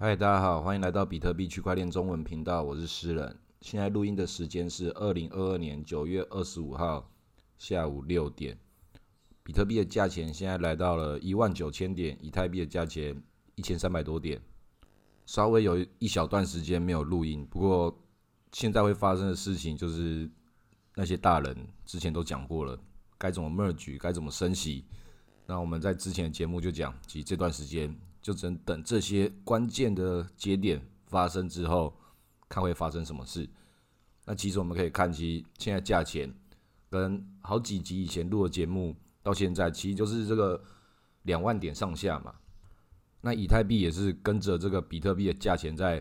嗨，大家好，欢迎来到比特币区块链中文频道，我是诗人。现在录音的时间是2022年9月25号下午6点。比特币的价钱现在来到了19000点，以太币的价钱1300多点。稍微有一小段时间没有录音，不过现在会发生的事情就是那些大人之前都讲过了，该怎么 merge， 该怎么升息。那我们在之前的节目就讲，其实这段时间就只能等这些关键的节点发生之后，看会发生什么事。那其实我们可以看，其实现在价钱跟好几集以前录的节目到现在，其实就是这个2万点上下嘛。那以太币也是跟着这个比特币的价钱在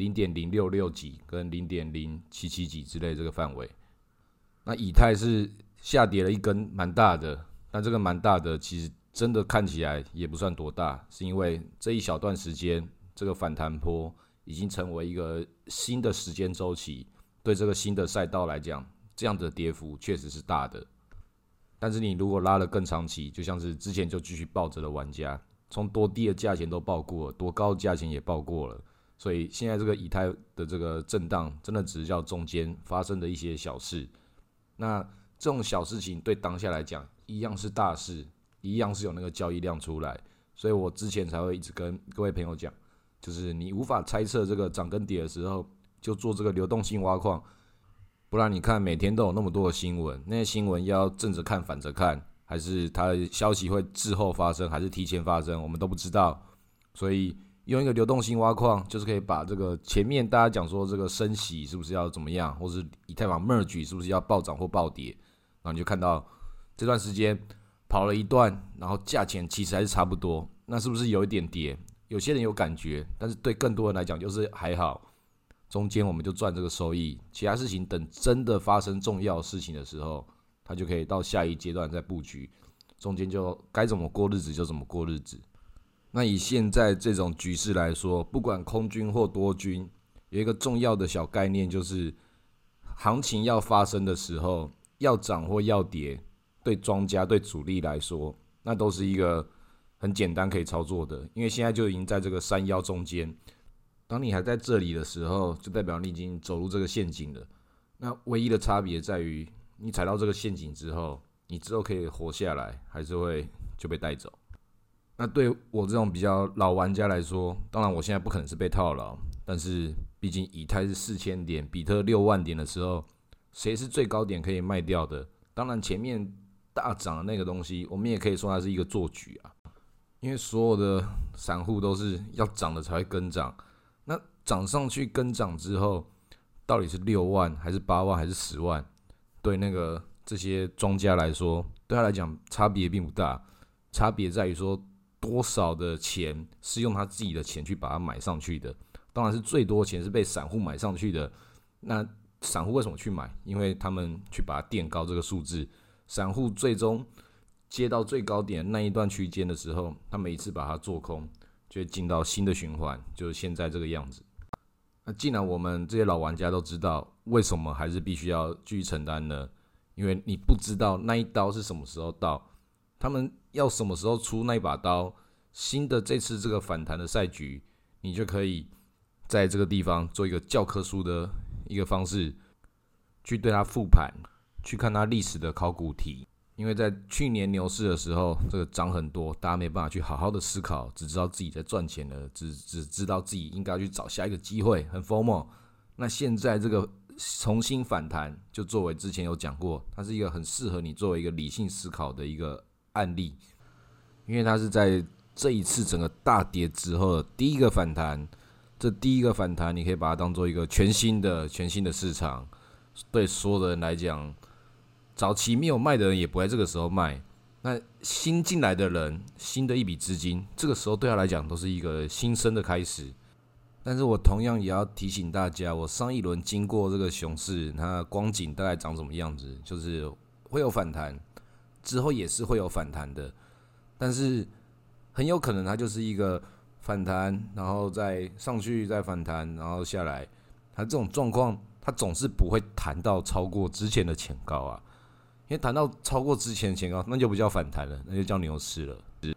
0.066几跟0.077几之类这个范围。那以太是下跌了一根蛮大的，但这个蛮大的其实真的看起来也不算多大，是因为这一小段时间这个反弹波已经成为一个新的时间周期，对这个新的赛道来讲，这样的跌幅确实是大的。但是你如果拉了更长期，就像是之前就继续抱着的玩家，从多低的价钱都报过了，多高的价钱也报过了，所以现在这个以太的这个震荡，真的只是叫中间发生的一些小事。那这种小事情对当下来讲，一样是大事，一样是有那个交易量出来，所以我之前才会一直跟各位朋友讲，就是你无法猜测这个涨跟跌的时候，就做这个流动性挖矿，不然你看每天都有那么多的新闻，那些新闻要正着看反着看，还是它的消息会滞后发生，还是提前发生，我们都不知道。所以用一个流动性挖矿，就是可以把这个前面大家讲说这个升息是不是要怎么样，或是以太坊 merge 是不是要暴涨或暴跌，然后你就看到这段时间跑了一段，然后价钱其实还是差不多，那是不是有一点跌？有些人有感觉，但是对更多人来讲就是还好，中间我们就赚这个收益，其他事情等真的发生重要事情的时候，他就可以到下一阶段再布局，中间就该怎么过日子就怎么过日子。那以现在这种局势来说，不管空军或多军，有一个重要的小概念，就是行情要发生的时候，要涨或要跌，对庄家对主力来说，那都是一个很简单可以操作的，因为现在就已经在这个山腰中间。当你还在这里的时候，就代表你已经走入这个陷阱了。那唯一的差别在于，你踩到这个陷阱之后，你之后可以活下来，还是会就被带走。那对我这种比较老玩家来说，当然我现在不可能是被套牢，但是毕竟以太是4000点，比特6万点的时候，谁是最高点可以卖掉的？当然前面大涨的那个东西，我们也可以说它是一个做局啊，因为所有的散户都是要涨的才会跟涨，那涨上去跟涨之后，到底是6万还是8万还是10万？对那个这些庄家来说，对他来讲差别并不大，差别在于说多少的钱是用他自己的钱去把它买上去的，当然是最多钱是被散户买上去的。那散户为什么去买？因为他们去把它垫高这个数字，散户最终接到最高点那一段区间的时候，他每一次把它做空，就会进到新的循环，就是现在这个样子。那既然我们这些老玩家都知道，为什么还是必须要继续承担呢？因为你不知道那一刀是什么时候到，他们要什么时候出那一把刀，新的这次这个反弹的赛局，你就可以在这个地方做一个教科书的一个方式，去对它复盘，去看它历史的考古题。因为在去年牛市的时候，这个涨很多，大家没办法去好好的思考，只知道自己在赚钱了，只知道自己应该去找下一个机会，很 FOMO。那现在这个重新反弹，就作为之前有讲过，它是一个很适合你作为一个理性思考的一个案例，因为它是在这一次整个大跌之后的第一个反弹。这第一个反弹，你可以把它当做一个全新的市场，对所有的人来讲。早期没有卖的人也不会这个时候卖，那新进来的人，新的一笔资金，这个时候对他来讲都是一个新生的开始。但是我同样也要提醒大家，我上一轮经过这个熊市，它光景大概长什么样子，就是会有反弹，之后也是会有反弹的，但是很有可能它就是一个反弹，然后再上去再反弹，然后下来，它这种状况，它总是不会弹到超过之前的前高啊。因为谈到超过之前的前高，那就不叫反弹了，那就叫牛市了。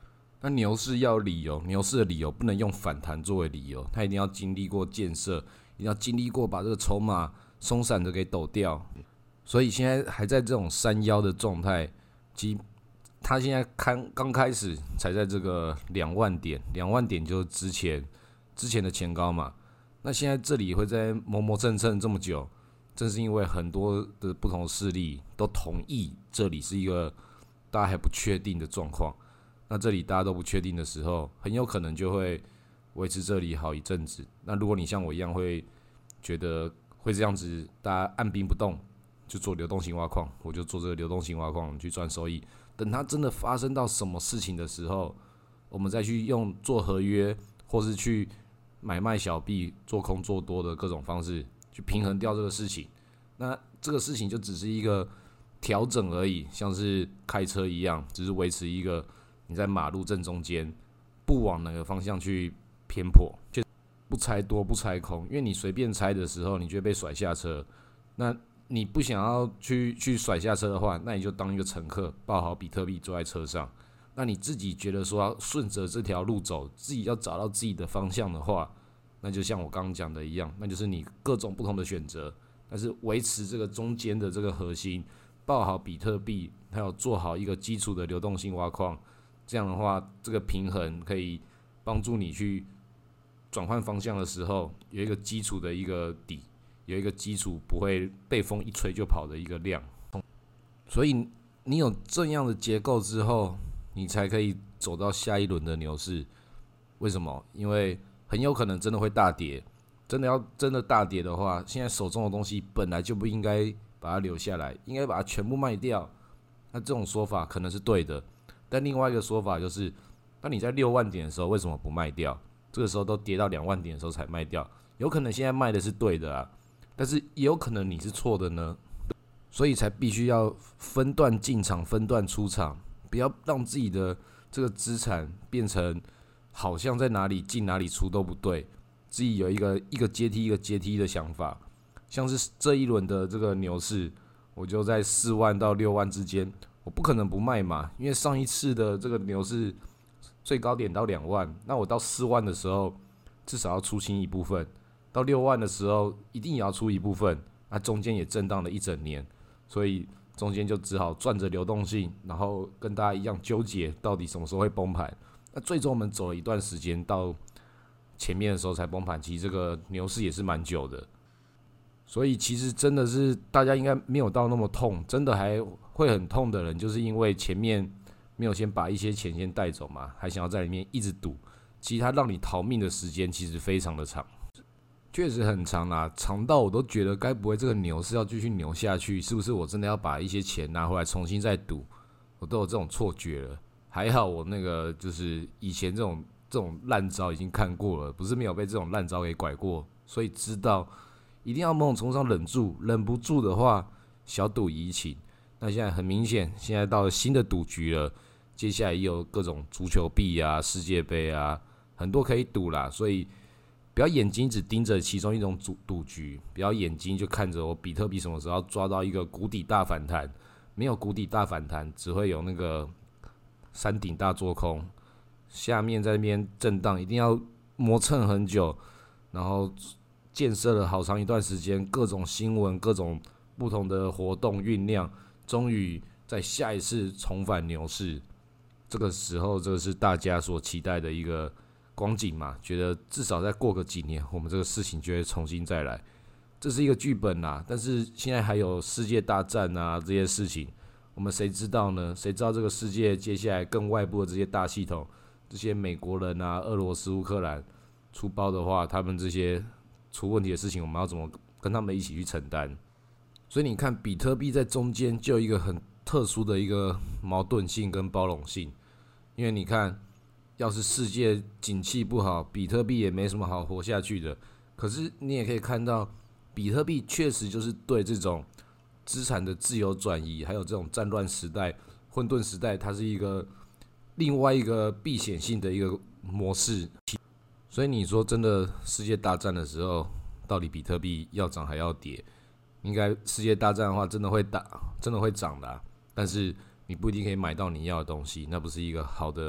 那牛市要有理由，牛市的理由不能用反弹作为理由，它一定要经历过建设，一定要经历过把这个筹码松散的给抖掉。所以现在还在这种山腰的状态，其实它现在刚开始才在这个2万点就是之前的前高嘛。那现在这里会在磨磨蹭蹭这么久，正是因为很多的不同势力都同意这里是一个大家还不确定的状况。那这里大家都不确定的时候，很有可能就会维持这里好一阵子。那如果你像我一样会觉得会这样子，大家按兵不动，就做流动性挖矿，我就做这个流动性挖矿去赚收益。等它真的发生到什么事情的时候，我们再去用做合约，或是去买卖小币、做空做多的各种方式去平衡掉这个事情。那这个事情就只是一个调整而已，像是开车一样，只是维持一个你在马路正中间，不往哪个方向去偏颇，就不拆多不拆空，因为你随便拆的时候，你就会被甩下车。那你不想要去甩下车的话，那你就当一个乘客，抱好比特币坐在车上。那你自己觉得说要顺着这条路走，自己要找到自己的方向的话，那就像我刚刚讲的一样，那就是你各种不同的选择，但是维持这个中间的这个核心，抱好比特币，还有做好一个基础的流动性挖矿。这样的话，这个平衡可以帮助你去转换方向的时候，有一个基础的一个底，有一个基础不会被风一吹就跑的一个量。所以你有这样的结构之后，你才可以走到下一轮的牛市。为什么？因为很有可能真的会大跌。真的大跌的话，现在手中的东西本来就不应该把它留下来，应该把它全部卖掉。那这种说法可能是对的。但另外一个说法就是，当你在6万点的时候，为什么不卖掉？这个时候都跌到2万点的时候才卖掉，有可能现在卖的是对的啊，但是也有可能你是错的呢，所以才必须要分段进场、分段出场，不要让自己的这个资产变成好像在哪里进哪里出都不对，自己有一个阶梯一个阶梯的想法。像是这一轮的这个牛市，我就在4万到6万之间。我不可能不卖嘛，因为上一次的这个牛市最高点到2万，那我到4万的时候至少要出清一部分，到6万的时候一定也要出一部分，那中间也震荡了一整年，所以中间就只好赚着流动性，然后跟大家一样纠结到底什么时候会崩盘。那最终我们走了一段时间到前面的时候才崩盘，其实这个牛市也是蛮久的。所以其实真的是大家应该没有到那么痛，真的还会很痛的人，就是因为前面没有先把一些钱先带走嘛，还想要在里面一直赌。其实它让你逃命的时间其实非常的长，确实很长啦，长到我都觉得该不会这个牛是要继续牛下去，是不是我真的要把一些钱拿回来重新再赌？我都有这种错觉了。还好我那个就是以前这种烂招已经看过了，不是没有被这种烂招给拐过，所以知道。一定要某种程度上忍住，忍不住的话，小赌怡情。那现在很明显，现在到了新的赌局了，接下来也有各种足球币啊、世界杯啊，很多可以赌啦。所以不要眼睛只盯着其中一种赌局，不要眼睛就看着我比特币什么时候要抓到一个谷底大反弹，没有谷底大反弹，只会有那个山顶大做空，下面在那边震荡，一定要磨蹭很久，然后建设了好长一段时间，各种新闻、各种不同的活动酝酿，终于在下一次重返牛市。这个时候，这个是大家所期待的一个光景嘛？觉得至少再过个几年，我们这个事情就会重新再来。这是一个剧本啦，但是现在还有世界大战啊这些事情，我们谁知道呢？谁知道这个世界接下来更外部的这些大系统，这些美国人啊、俄罗斯、乌克兰出包的话，他们这些出问题的事情，我们要怎么跟他们一起去承担？所以你看，比特币在中间就有一个很特殊的一个矛盾性跟包容性，因为你看，要是世界景气不好，比特币也没什么好活下去的。可是你也可以看到，比特币确实就是对这种资产的自由转移，还有这种战乱时代、混沌时代，它是一个另外一个避险性的一个模式。所以你说真的，世界大战的时候，到底比特币要涨还要跌？应该世界大战的话，真的会涨的但是你不一定可以买到你要的东西，那不是一个好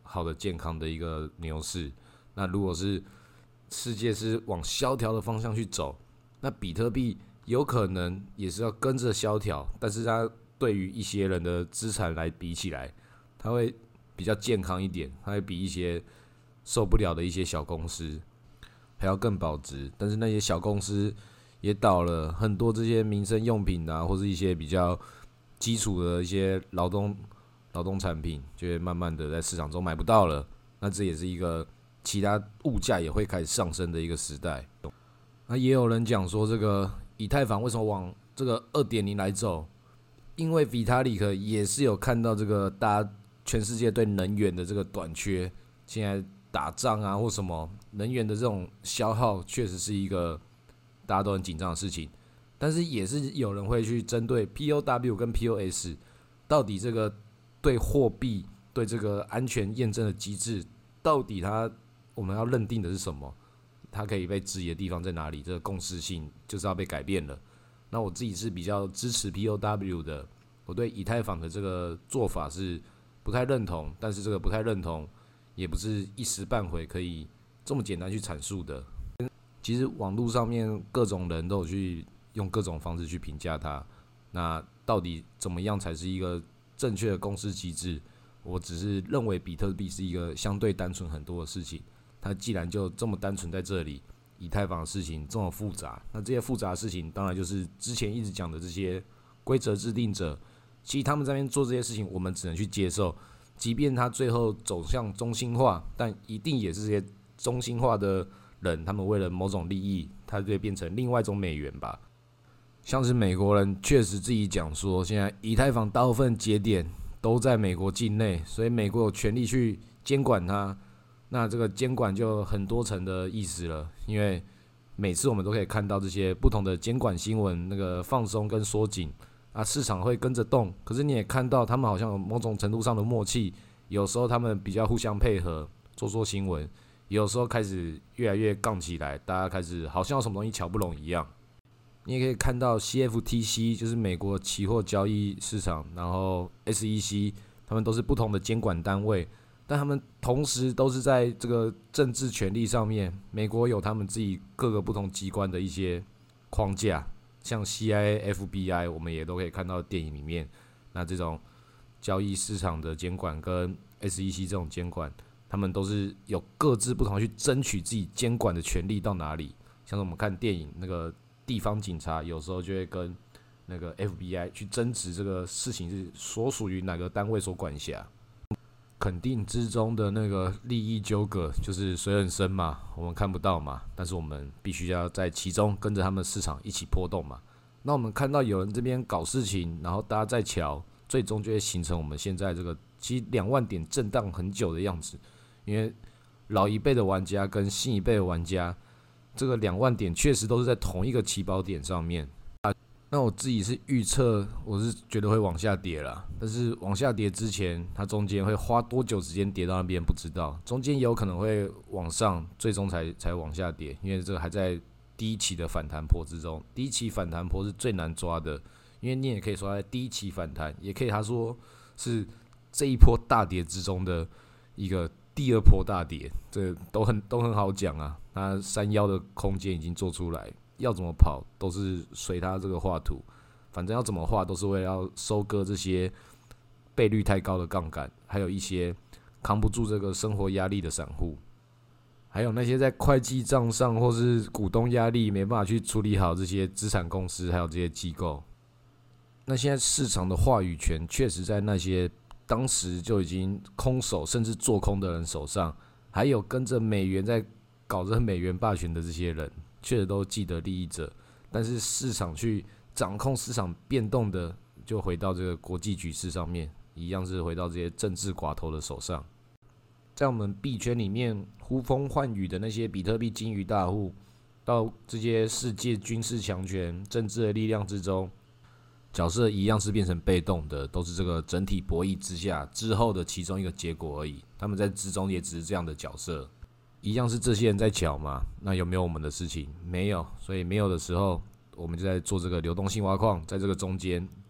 好的健康的一个牛市。那如果是世界是往萧条的方向去走，那比特币有可能也是要跟着萧条，但是它对于一些人的资产来比起来，它会比较健康一点，它会比一些受不了的一些小公司还要更保值。但是那些小公司也倒了，很多这些民生用品啊，或是一些比较基础的一些劳动产品，就会慢慢的在市场中买不到了。那这也是一个其他物价也会开始上升的一个时代。那也有人讲说，这个以太坊为什么往这个 2.0 来走？因为 Vitalik 也是有看到这个大家全世界对能源的这个短缺，现在打仗啊或什么能源的这种消耗，确实是一个大家都很紧张的事情。但是也是有人会去针对 POW 跟 POS， 到底这个对货币对这个安全验证的机制，到底我们要认定的是什么？它可以被质疑的地方在哪里？这个共识性就是要被改变了。那我自己是比较支持 POW 的，我对以太坊的这个做法是不太认同，但是这个不太认同也不是一时半会可以这么简单去阐述的。其实网络上面各种人都有去用各种方式去评价它，那到底怎么样才是一个正确的公司机制？我只是认为比特币是一个相对单纯很多的事情，它既然就这么单纯在这里，以太坊的事情这么复杂，那这些复杂的事情当然就是之前一直讲的这些规则制定者，其实他们在那边做这些事情，我们只能去接受，即便他最后走向中心化，但一定也是这些中心化的人，他们为了某种利益，它就会变成另外一种美元吧。像是美国人确实自己讲说，现在以太坊大部分节点都在美国境内，所以美国有权利去监管它。那这个监管就很多层的意思了，因为每次我们都可以看到这些不同的监管新闻，那个放松跟缩紧啊，市场会跟着动。可是你也看到他们好像有某种程度上的默契，有时候他们比较互相配合做新闻，有时候开始越来越杠起来，大家开始好像有什么东西瞧不拢一样。你也可以看到 CFTC 就是美国期货交易市场，然后 SEC 他们都是不同的监管单位，但他们同时都是在这个政治权力上面，美国有他们自己各个不同机关的一些框架，像 CIA、FBI 我们也都可以看到电影里面，那这种交易市场的监管跟 SEC 这种监管，他们都是有各自不同去争取自己监管的权利到哪里。像是我们看电影，那个地方警察有时候就会跟那个 FBI 去争执这个事情是所属于哪个单位所管辖。肯定之中的那个利益纠葛就是水很深嘛，我们看不到嘛，但是我们必须要在其中跟着他们市场一起波动嘛。那我们看到有人这边搞事情，然后大家在瞧，最终就会形成我们现在这个其实2万点震荡很久的样子。因为老一辈的玩家跟新一辈的玩家，这个2万点确实都是在同一个起跑点上面。那我自己是预测，我是觉得会往下跌啦，但是往下跌之前，它中间会花多久时间跌到那边不知道，中间也有可能会往上，最终才往下跌，因为这个还在第一期的反弹波之中，第一期反弹波是最难抓的，因为你也可以说在第一期反弹，也可以他说是这一波大跌之中的一个第2波大跌，这都很好讲啊，它山腰的空间已经做出来。要怎么跑都是随他这个画图，反正要怎么画都是为了要收割这些倍率太高的杠杆，还有一些扛不住这个生活压力的散户，还有那些在会计账上或是股东压力没办法去处理好这些资产公司，还有这些机构。那现在市场的话语权确实在那些当时就已经空手甚至做空的人手上，还有跟着美元在搞着美元霸权的这些人。确实都既得利益者，但是市场去掌控市场变动的，就回到这个国际局势上面，一样是回到这些政治寡头的手上。在我们币圈里面呼风唤雨的那些比特币金鱼大户，到这些世界军事强权、政治的力量之中，角色一样是变成被动的，都是这个整体博弈之下之后的其中一个结果而已。他们在之中也只是这样的角色。一样是这些人在瞧嘛，那有没有我们的事情？没有，所以没有的时候，我们就在做这个流动性挖矿，在这个中间，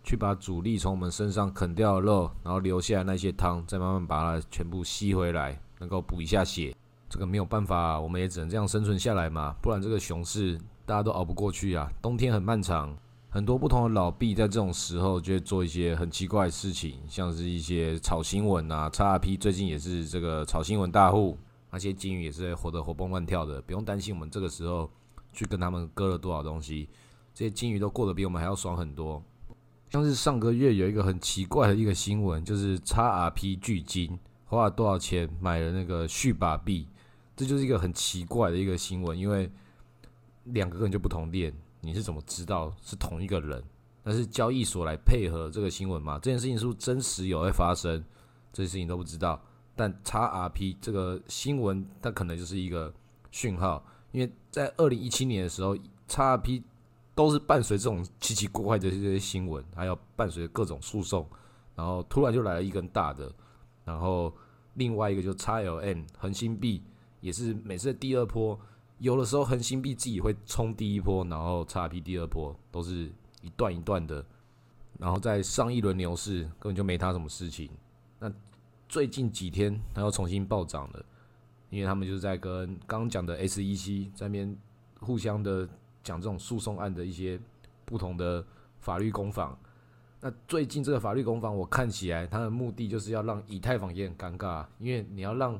去把主力从我们身上啃掉的肉，然后留下来那些汤，再慢慢把它全部吸回来，能够补一下血。这个没有办法，我们也只能这样生存下来嘛，不然这个熊市大家都熬不过去啊。冬天很漫长，很多不同的老币在这种时候就会做一些很奇怪的事情，像是一些炒新闻啊 ，XRP 最近也是这个炒新闻大户，那些金鱼也是活得活蹦乱跳的，不用担心我们这个时候去跟他们割了多少东西，这些金鱼都过得比我们还要爽很多。像是上个月有一个很奇怪的一个新闻，就是 XRP 巨鲸花了多少钱买了那个续把币，这就是一个很奇怪的一个新闻，因为两个人就不同链，你是怎么知道是同一个人？但是交易所来配合这个新闻嘛，这件事情是不是真实有在发生？这些事情都不知道。但 XRP 这个新闻，它可能就是一个讯号，因为在2017年的时候 ，XRP 都是伴随这种奇奇怪怪的这些新闻，还有伴随各种诉讼，然后突然就来了一根大的，然后另外一个就 XLM 恒星币也是每次的第二波，有的时候恒星币自己会冲第一波，然后 XRP 第二波都是一段一段的，然后在上一轮牛市根本就没它什么事情。那最近几天它又重新暴涨了，因为他们就是在跟刚刚讲的 SEC 在那边互相的讲这种诉讼案的一些不同的法律攻防。那最近这个法律攻防，我看起来它的目的就是要让以太坊也很尴尬，因为你要让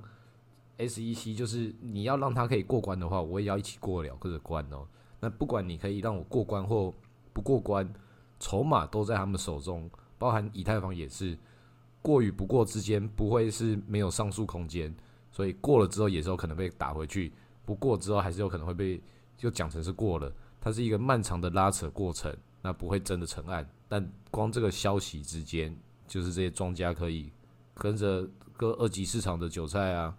SEC 就是你要让它可以过关的话，我也要一起过了这个关哦。那不管你可以让我过关或不过关，筹码都在他们手中，包含以太坊也是。过与不过之间不会是没有上诉空间，所以过了之后也是有可能被打回去，不过之后还是有可能会被就讲成是过了，它是一个漫长的拉扯过程，那不会真的成案。但光这个消息之间，就是这些庄家可以跟着割二级市场的韭菜啊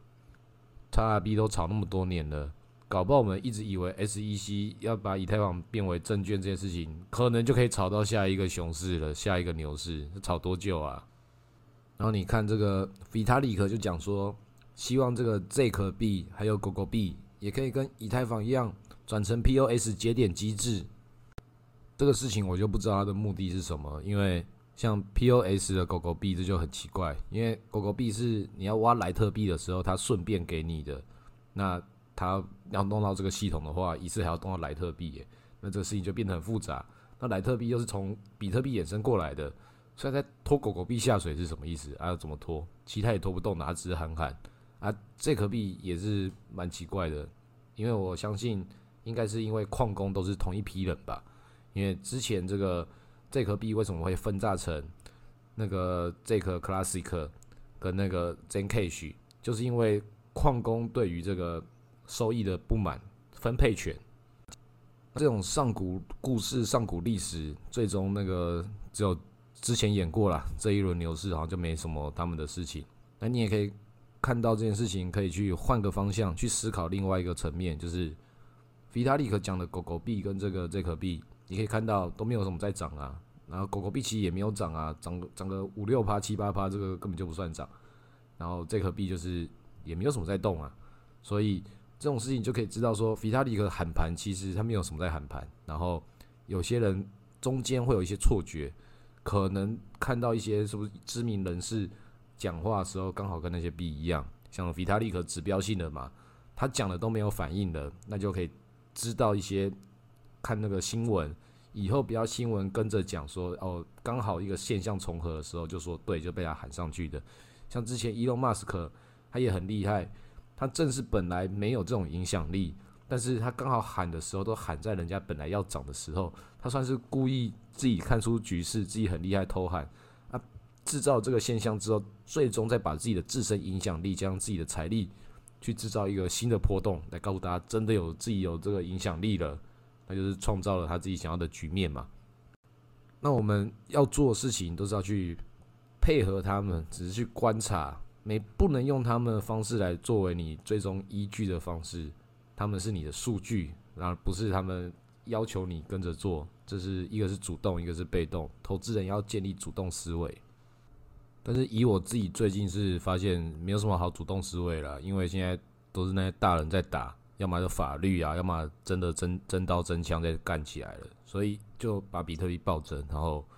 ，XRP 都炒那么多年了，搞不好我们一直以为 SEC 要把以太坊变为证券这件事情，可能就可以炒到下一个熊市了，下一个牛市，炒多久啊？然后你看这个Vitalik就讲说，希望这个 ZK 币还有狗狗币也可以跟以太坊一样转成 POS 节点机制。这个事情我就不知道它的目的是什么，因为像 POS 的狗狗币这就很奇怪，因为狗狗币是你要挖莱特币的时候，它顺便给你的，那它要弄到这个系统的话，一次还要动到莱特币耶，那这个事情就变得很复杂。那莱特币又是从比特币衍生过来的。所以在拖狗狗币下水是什么意思？要怎么拖？其他也拖不动，哪只是喊喊啊？这颗币也是蛮奇怪的，因为我相信应该是因为矿工都是同一批人吧。因为之前这颗币为什么会分炸成那个这颗 Classic 跟那个 Zencash， 就是因为矿工对于这个收益的不满，分配权。这种上古故事、上古历史，最终那个只有。之前演过啦，这一轮牛市好像就没什么他们的事情。那你也可以看到这件事情，可以去换个方向去思考另外一个层面，就是Vitalik讲的狗狗币跟这颗币，你可以看到都没有什么在涨啊。然后狗狗币其实也没有涨啊，涨个5%、6%、7%、8%，这个根本就不算涨。然后这颗币就是也没有什么在动啊，所以这种事情就可以知道说，Vitalik喊盘其实他没有什么在喊盘。然后有些人中间会有一些错觉。可能看到一些是不是知名人士讲话的时候，刚好跟那些币一样，像Vitalik指标性的嘛，他讲的都没有反应的，那就可以知道一些看那个新闻，以后不要新闻跟着讲说哦，刚好一个现象重合的时候就说对，就被他喊上去的。像之前 Elon Musk 他也很厉害，他正是本来没有这种影响力。但是他刚好喊的时候，都喊在人家本来要涨的时候，他算是故意自己看出局势，自己很厉害偷喊啊，制造这个现象之后，最终再把自己的自身影响力加上自己的财力，去制造一个新的波动，来告诉大家真的有自己有这个影响力了，那就是创造了他自己想要的局面嘛。那我们要做的事情都是要去配合他们，只是去观察，不能用他们的方式来作为你最终依据的方式。他们是你的数据，然后不是他们要求你跟着做，这是一个是主动，一个是被动。投资人要建立主动思维，但是以我自己最近是发现没有什么好主动思维了，因为现在都是那些大人在打，要么就法律啊，要么真的真刀真枪在干起来了，所以就把比特币暴增，然后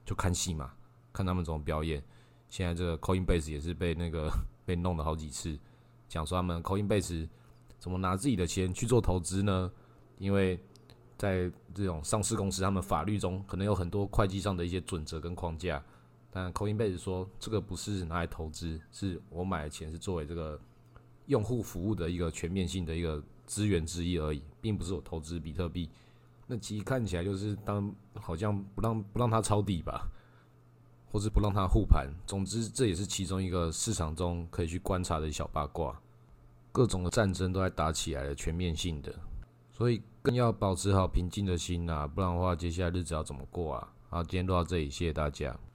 就看戏嘛，看他们怎么表演。现在这个 Coinbase 也是被被弄了好几次，讲说他们 Coinbase 怎么拿自己的钱去做投资呢？因为在这种上市公司，他们法律中可能有很多会计上的一些准则跟框架，但 Coinbase 说这个不是拿来投资，是我买的钱是作为这个用户服务的一个全面性的一个资源之一而已，并不是我投资比特币。那其实看起来就是好像不让它抄底吧，或是不让它护盘。总之，这也是其中一个市场中可以去观察的小八卦。各种的战争都在打起来了，全面性的，所以更要保持好平静的心啊，不然的话，接下来日子要怎么过啊？好，今天录到这里，谢谢大家。